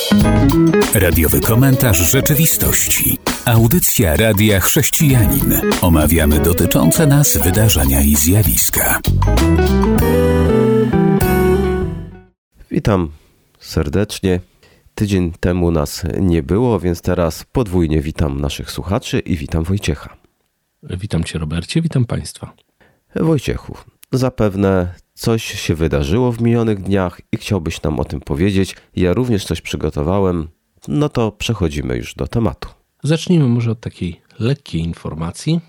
Radiowy komentarz rzeczywistości. Audycja Radia Chrześcijanin. Omawiamy dotyczące nas wydarzenia i zjawiska. Witam serdecznie. Tydzień temu nas nie było, więc teraz podwójnie witam naszych słuchaczy i witam Wojciecha. Witam Cię, Robercie, witam Państwa. Wojciechu, zapewne coś się wydarzyło w minionych dniach i chciałbyś nam o tym powiedzieć. Ja również coś przygotowałem, no to przechodzimy już do tematu. Zacznijmy może od takiej lekkiej informacji.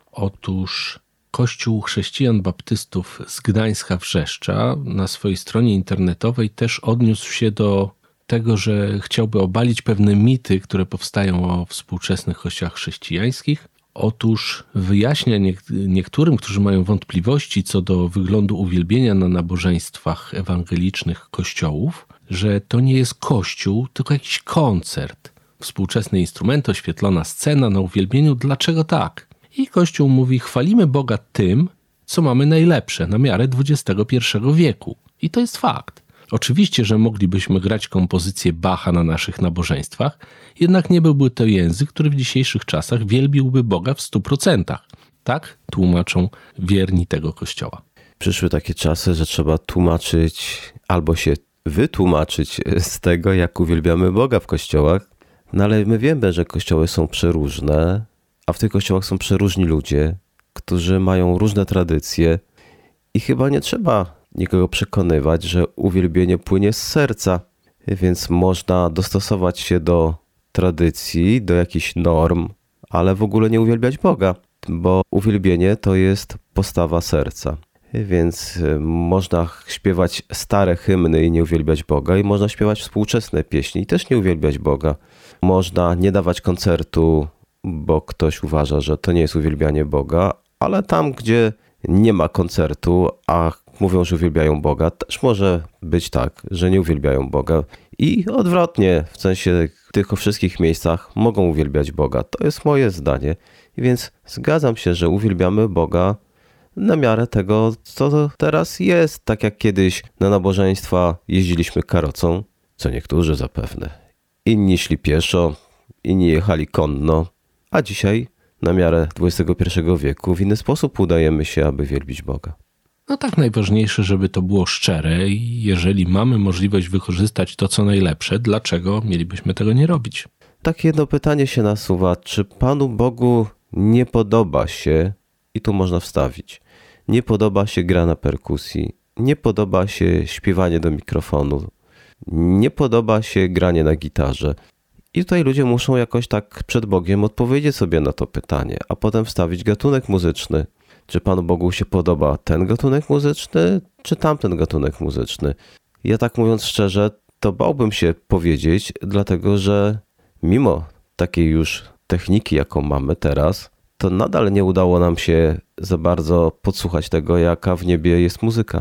Otóż Kościół Chrześcijan Baptystów z Gdańska Wrzeszcza na swojej stronie internetowej też odniósł się do tego, że chciałby obalić pewne mity, które powstają o współczesnych kościołach chrześcijańskich. Otóż wyjaśnia niektórym, którzy mają wątpliwości co do wyglądu uwielbienia na nabożeństwach ewangelicznych kościołów, że to nie jest kościół, tylko jakiś koncert. Współczesne instrumenty, oświetlona scena na uwielbieniu. Dlaczego tak? I Kościół mówi, chwalimy Boga tym, co mamy najlepsze na miarę XXI wieku. I to jest fakt. Oczywiście, że moglibyśmy grać kompozycję Bacha na naszych nabożeństwach, jednak nie byłby to język, który w dzisiejszych czasach wielbiłby Boga w 100%. Tak tłumaczą wierni tego kościoła. Przyszły takie czasy, że trzeba tłumaczyć albo się wytłumaczyć z tego, jak uwielbiamy Boga w kościołach. No ale my wiemy, że kościoły są przeróżne, a w tych kościołach są przeróżni ludzie, którzy mają różne tradycje i chyba nie trzeba nikogo przekonywać, że uwielbienie płynie z serca, więc można dostosować się do tradycji, do jakichś norm, ale w ogóle nie uwielbiać Boga, bo uwielbienie to jest postawa serca. Więc można śpiewać stare hymny i nie uwielbiać Boga i można śpiewać współczesne pieśni i też nie uwielbiać Boga. Można nie dawać koncertu, bo ktoś uważa, że to nie jest uwielbianie Boga, ale tam, gdzie nie ma koncertu, a mówią, że uwielbiają Boga, też może być tak, że nie uwielbiają Boga. I odwrotnie, w sensie w tych wszystkich miejscach mogą uwielbiać Boga. To jest moje zdanie. I więc zgadzam się, że uwielbiamy Boga na miarę tego, co teraz jest. Tak jak kiedyś na nabożeństwa jeździliśmy karocą, co niektórzy zapewne. Inni szli pieszo, inni jechali konno, a dzisiaj na miarę XXI wieku w inny sposób udajemy się, aby wielbić Boga. No tak, najważniejsze, żeby to było szczere i jeżeli mamy możliwość wykorzystać to, co najlepsze, dlaczego mielibyśmy tego nie robić? Takie jedno pytanie się nasuwa, czy Panu Bogu nie podoba się, i tu można wstawić, nie podoba się gra na perkusji, nie podoba się śpiewanie do mikrofonu, nie podoba się granie na gitarze. I tutaj ludzie muszą jakoś tak przed Bogiem odpowiedzieć sobie na to pytanie, a potem wstawić gatunek muzyczny. Czy Panu Bogu się podoba ten gatunek muzyczny, czy tamten gatunek muzyczny? Ja tak mówiąc szczerze, to bałbym się powiedzieć, dlatego że mimo takiej już techniki, jaką mamy teraz, to nadal nie udało nam się za bardzo podsłuchać tego, jaka w niebie jest muzyka.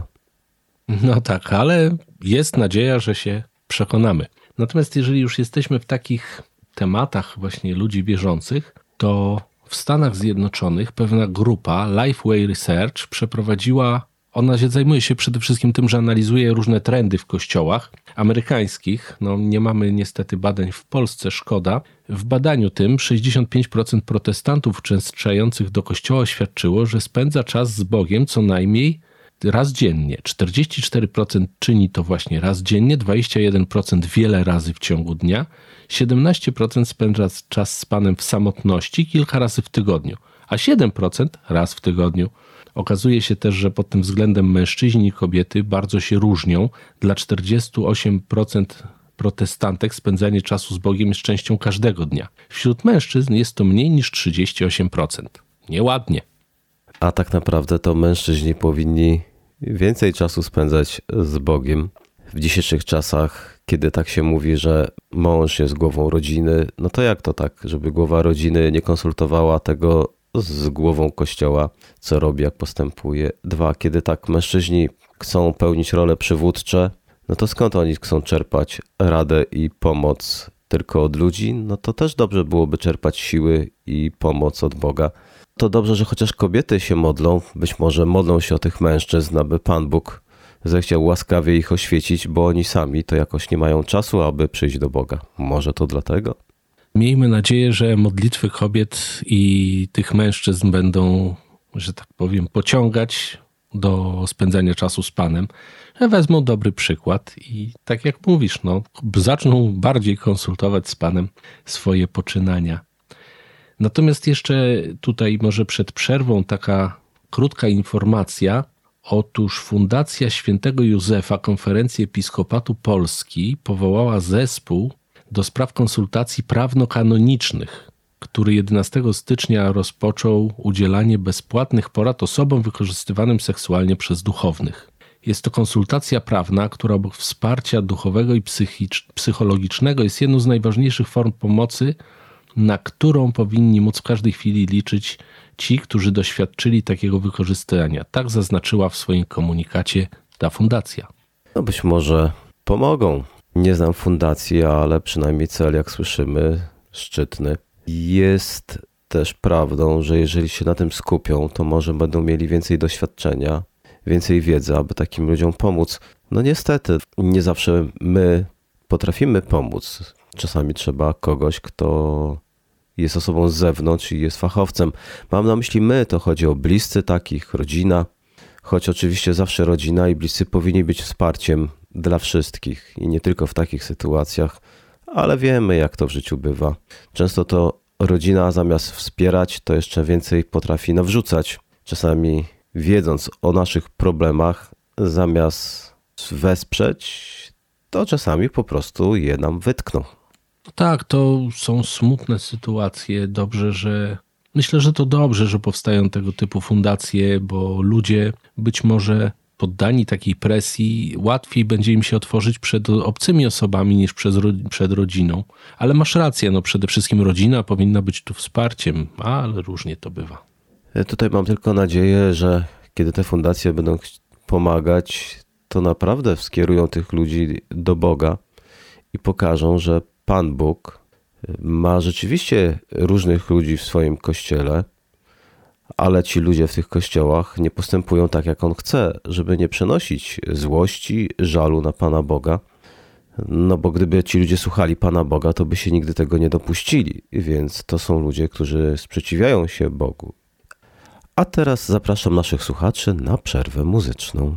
No tak, ale jest nadzieja, że się przekonamy. Natomiast jeżeli już jesteśmy w takich tematach właśnie ludzi wierzących, to w Stanach Zjednoczonych pewna grupa Lifeway Research przeprowadziła, ona się zajmuje się przede wszystkim tym, że analizuje różne trendy w kościołach amerykańskich. No nie mamy niestety badań w Polsce, szkoda. W badaniu tym 65% protestantów uczęszczających do kościoła oświadczyło, że spędza czas z Bogiem co najmniej raz dziennie. 44% czyni to właśnie raz dziennie, 21% wiele razy w ciągu dnia, 17% spędza czas z Panem w samotności kilka razy w tygodniu, a 7% raz w tygodniu. Okazuje się też, że pod tym względem mężczyźni i kobiety bardzo się różnią. Dla 48% protestantek spędzanie czasu z Bogiem jest częścią każdego dnia. Wśród mężczyzn jest to mniej niż 38%. Nieładnie. A tak naprawdę to mężczyźni powinni więcej czasu spędzać z Bogiem. W dzisiejszych czasach, kiedy tak się mówi, że mąż jest głową rodziny, no to jak to tak, żeby głowa rodziny nie konsultowała tego z głową kościoła, co robi, jak postępuje. 2, kiedy tak mężczyźni chcą pełnić role przywódcze, no to skąd oni chcą czerpać radę i pomoc tylko od ludzi? No to też dobrze byłoby czerpać siły i pomoc od Boga. To dobrze, że chociaż kobiety się modlą, być może modlą się o tych mężczyzn, aby Pan Bóg zechciał łaskawie ich oświecić, bo oni sami to jakoś nie mają czasu, aby przyjść do Boga. Może to dlatego? Miejmy nadzieję, że modlitwy kobiet i tych mężczyzn będą, że tak powiem, pociągać do spędzania czasu z Panem, że wezmą dobry przykład i tak jak mówisz, zaczną bardziej konsultować z Panem swoje poczynania. Natomiast jeszcze tutaj może przed przerwą taka krótka informacja. Otóż Fundacja Świętego Józefa Konferencji Episkopatu Polski powołała zespół do spraw konsultacji prawno-kanonicznych, który 11 stycznia rozpoczął udzielanie bezpłatnych porad osobom wykorzystywanym seksualnie przez duchownych. Jest to konsultacja prawna, która obok wsparcia duchowego i psychologicznego jest jedną z najważniejszych form pomocy, na którą powinni móc w każdej chwili liczyć ci, którzy doświadczyli takiego wykorzystania. Tak zaznaczyła w swoim komunikacie ta fundacja. Być może pomogą. Nie znam fundacji, ale przynajmniej cel, jak słyszymy, szczytny. Jest też prawdą, że jeżeli się na tym skupią, to może będą mieli więcej doświadczenia, więcej wiedzy, aby takim ludziom pomóc. Niestety, nie zawsze my potrafimy pomóc. Czasami trzeba kogoś, kto jest osobą z zewnątrz i jest fachowcem. Mam na myśli my, to chodzi o bliscy takich, rodzina. Choć oczywiście zawsze rodzina i bliscy powinni być wsparciem dla wszystkich i nie tylko w takich sytuacjach, ale wiemy, jak to w życiu bywa. Często to rodzina zamiast wspierać, to jeszcze więcej potrafi nawrzucać. Czasami wiedząc o naszych problemach, zamiast wesprzeć, to czasami po prostu je nam wytkną. Tak, to są smutne sytuacje. Myślę, że to dobrze, że powstają tego typu fundacje, bo ludzie być może poddani takiej presji łatwiej będzie im się otworzyć przed obcymi osobami niż przed rodziną. Ale masz rację, przede wszystkim rodzina powinna być tu wsparciem, ale różnie to bywa. Tutaj mam tylko nadzieję, że kiedy te fundacje będą pomagać, to naprawdę skierują tych ludzi do Boga i pokażą, że Pan Bóg ma rzeczywiście różnych ludzi w swoim kościele, ale ci ludzie w tych kościołach nie postępują tak, jak On chce, żeby nie przenosić złości, żalu na Pana Boga. Bo gdyby ci ludzie słuchali Pana Boga, to by się nigdy tego nie dopuścili. Więc to są ludzie, którzy sprzeciwiają się Bogu. A teraz zapraszam naszych słuchaczy na przerwę muzyczną.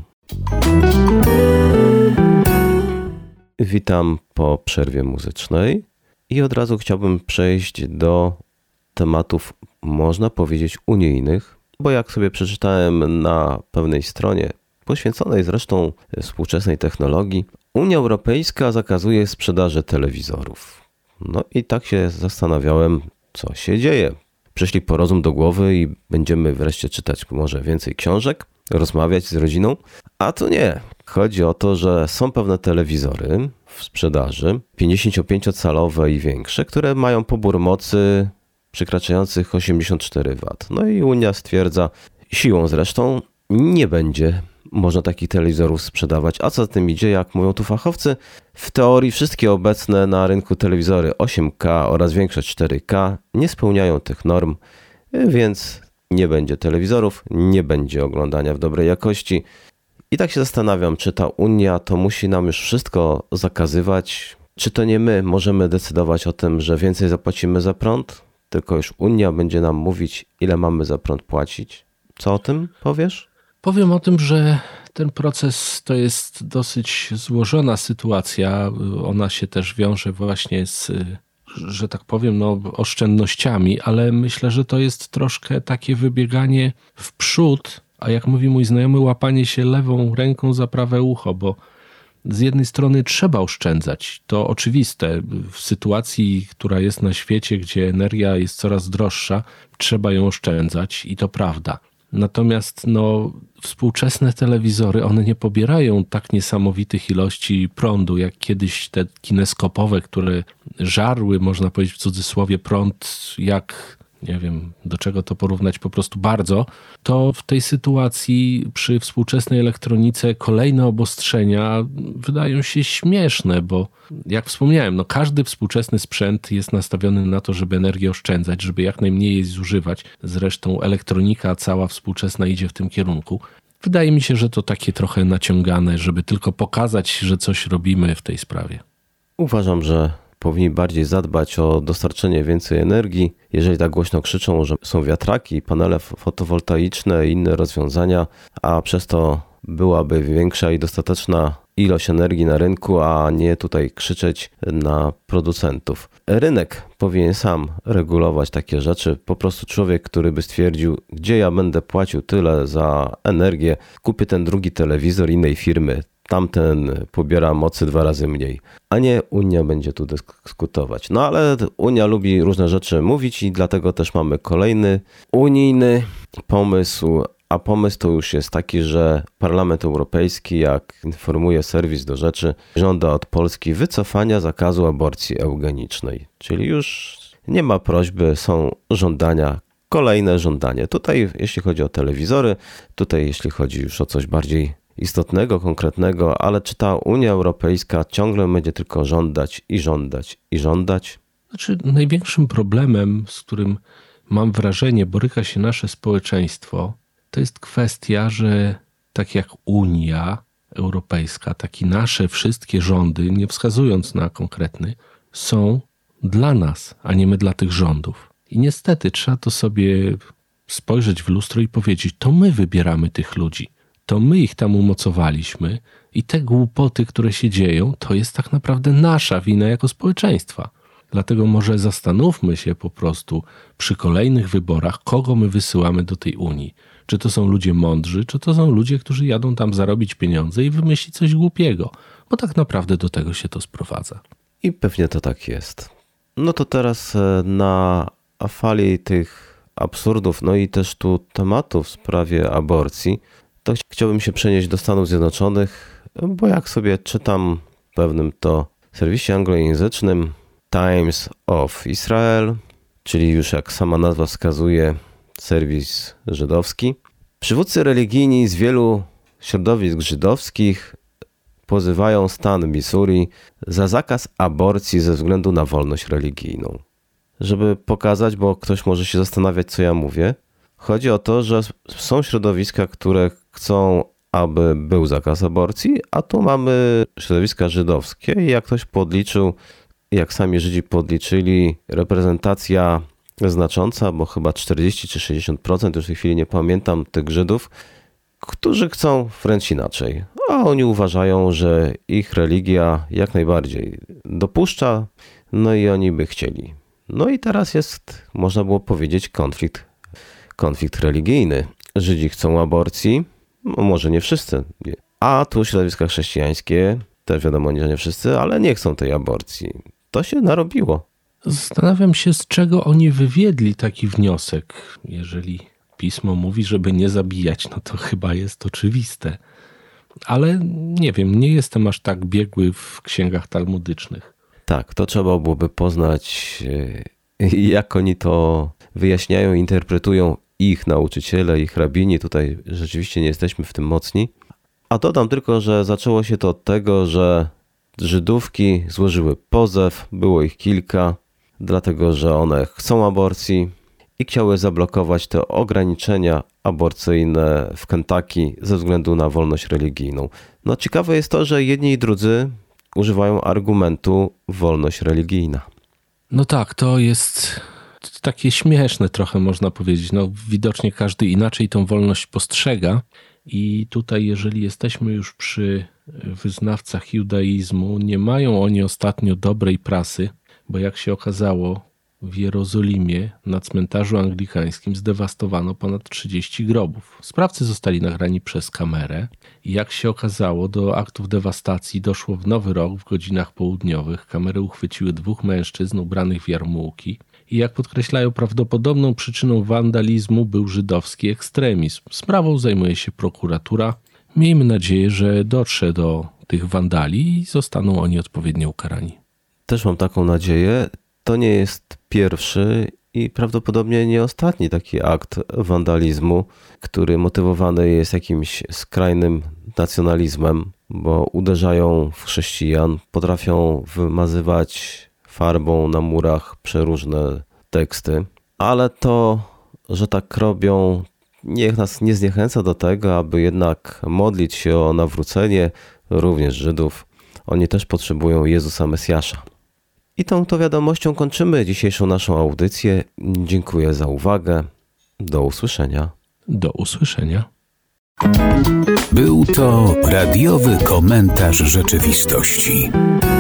Witam po przerwie muzycznej i od razu chciałbym przejść do tematów, można powiedzieć, unijnych, bo jak sobie przeczytałem na pewnej stronie, poświęconej zresztą współczesnej technologii, Unia Europejska zakazuje sprzedaży telewizorów. I tak się zastanawiałem, co się dzieje. Przyszli po rozum do głowy i będziemy wreszcie czytać może więcej książek, rozmawiać z rodziną, a to nie. Chodzi o to, że są pewne telewizory w sprzedaży, 55-calowe i większe, które mają pobór mocy przekraczających 84 W. I Unia stwierdza, siłą zresztą, nie będzie można takich telewizorów sprzedawać. A co za tym idzie, jak mówią tu fachowcy, w teorii wszystkie obecne na rynku telewizory 8K oraz większość 4K nie spełniają tych norm, więc nie będzie telewizorów, nie będzie oglądania w dobrej jakości. I tak się zastanawiam, czy ta Unia to musi nam już wszystko zakazywać, czy to nie my możemy decydować o tym, że więcej zapłacimy za prąd, tylko już Unia będzie nam mówić, ile mamy za prąd płacić. Co o tym powiesz? Powiem o tym, że ten proces to jest dosyć złożona sytuacja. Ona się też wiąże właśnie z, że tak powiem, oszczędnościami, ale myślę, że to jest troszkę takie wybieganie w przód, a jak mówi mój znajomy, łapanie się lewą ręką za prawe ucho, bo z jednej strony trzeba oszczędzać. To oczywiste. W sytuacji, która jest na świecie, gdzie energia jest coraz droższa, trzeba ją oszczędzać i to prawda. Natomiast współczesne telewizory, one nie pobierają tak niesamowitych ilości prądu, jak kiedyś te kineskopowe, które żarły, można powiedzieć w cudzysłowie, prąd jak, nie wiem do czego to porównać, po prostu bardzo. To w tej sytuacji przy współczesnej elektronice kolejne obostrzenia wydają się śmieszne, bo jak wspomniałem, każdy współczesny sprzęt jest nastawiony na to, żeby energię oszczędzać, żeby jak najmniej jej zużywać. Zresztą elektronika cała współczesna idzie w tym kierunku. wydaje mi się, że to takie trochę naciągane, żeby tylko pokazać, że coś robimy w tej sprawie. Uważam, że powinni bardziej zadbać o dostarczenie więcej energii. Jeżeli tak głośno krzyczą, że są wiatraki, panele fotowoltaiczne i inne rozwiązania, a przez to byłaby większa i dostateczna ilość energii na rynku, a nie tutaj krzyczeć na producentów. Rynek powinien sam regulować takie rzeczy. Po prostu człowiek, który by stwierdził, gdzie ja będę płacił tyle za energię, kupię ten drugi telewizor innej firmy, tamten pobiera mocy 2 razy mniej, a nie Unia będzie tu dyskutować. No ale Unia lubi różne rzeczy mówić i dlatego też mamy kolejny unijny pomysł, a pomysł to już jest taki, że Parlament Europejski, jak informuje serwis Do Rzeczy, żąda od Polski wycofania zakazu aborcji eugenicznej. Czyli już nie ma prośby, są żądania, kolejne żądanie. Tutaj jeśli chodzi o telewizory, tutaj jeśli chodzi już o coś bardziej istotnego, konkretnego, ale czy ta Unia Europejska ciągle będzie tylko żądać i żądać i żądać? Znaczy, największym problemem, z którym mam wrażenie boryka się nasze społeczeństwo, to jest kwestia, że tak jak Unia Europejska, tak i nasze wszystkie rządy, nie wskazując na konkretny, są dla nas, a nie my dla tych rządów. I niestety trzeba to sobie spojrzeć w lustro i powiedzieć, to my wybieramy tych ludzi. To my ich tam umocowaliśmy i te głupoty, które się dzieją, to jest tak naprawdę nasza wina jako społeczeństwa. Dlatego może zastanówmy się po prostu przy kolejnych wyborach, kogo my wysyłamy do tej Unii. Czy to są ludzie mądrzy, czy to są ludzie, którzy jadą tam zarobić pieniądze i wymyślić coś głupiego. Bo tak naprawdę do tego się to sprowadza. I pewnie to tak jest. No to teraz na fali tych absurdów, no i też tu tematów w sprawie aborcji, to chciałbym się przenieść do Stanów Zjednoczonych, bo jak sobie czytam w pewnym to serwisie anglojęzycznym Times of Israel, czyli już jak sama nazwa wskazuje, serwis żydowski, przywódcy religijni z wielu środowisk żydowskich pozywają stan Missouri za zakaz aborcji ze względu na wolność religijną. Żeby pokazać, bo ktoś może się zastanawiać, co ja mówię, chodzi o to, że są środowiska, które chcą, aby był zakaz aborcji, a tu mamy środowiska żydowskie i jak ktoś podliczył, jak sami Żydzi podliczyli, reprezentacja znacząca, bo chyba 40 czy 60%, już w tej chwili nie pamiętam, tych Żydów, którzy chcą wręcz inaczej. A oni uważają, że ich religia jak najbardziej dopuszcza, no i oni by chcieli. No i teraz jest, można było powiedzieć, konflikt religijny. Żydzi chcą aborcji, no może nie wszyscy, a tu środowiska chrześcijańskie, też wiadomo, że nie wszyscy, ale nie chcą tej aborcji. To się narobiło. Zastanawiam się, z czego oni wywiedli taki wniosek. Jeżeli pismo mówi, żeby nie zabijać, no to chyba jest oczywiste. Ale nie wiem, nie jestem aż tak biegły w księgach talmudycznych. Tak, to trzeba byłoby poznać, jak oni to wyjaśniają, interpretują ich nauczyciele, ich rabini. Tutaj rzeczywiście nie jesteśmy w tym mocni. A dodam tylko, że zaczęło się to od tego, że Żydówki złożyły pozew, było ich kilka, dlatego że one chcą aborcji i chciały zablokować te ograniczenia aborcyjne w Kentucky ze względu na wolność religijną. No ciekawe jest to, że jedni i drudzy używają argumentu wolność religijna. No tak, to jest takie śmieszne trochę można powiedzieć. No widocznie każdy inaczej tą wolność postrzega i tutaj jeżeli jesteśmy już przy wyznawcach judaizmu, nie mają oni ostatnio dobrej prasy, bo jak się okazało, w Jerozolimie na cmentarzu anglikańskim zdewastowano ponad 30 grobów. Sprawcy zostali nagrani przez kamerę i jak się okazało, do aktów dewastacji doszło w Nowy Rok w godzinach południowych. Kamery uchwyciły 2 mężczyzn ubranych w jarmułki i jak podkreślają, prawdopodobną przyczyną wandalizmu był żydowski ekstremizm. Sprawą zajmuje się prokuratura. Miejmy nadzieję, że dotrze do tych wandali i zostaną oni odpowiednio ukarani. Też mam taką nadzieję. To nie jest pierwszy i prawdopodobnie nie ostatni taki akt wandalizmu, który motywowany jest jakimś skrajnym nacjonalizmem, bo uderzają w chrześcijan, potrafią wymazywać farbą na murach przeróżne teksty, ale to, że tak robią, niech nas nie zniechęca do tego, aby jednak modlić się o nawrócenie również Żydów. Oni też potrzebują Jezusa Mesjasza. I tą to wiadomością kończymy dzisiejszą naszą audycję. Dziękuję za uwagę. Do usłyszenia. Do usłyszenia. Był to radiowy komentarz rzeczywistości.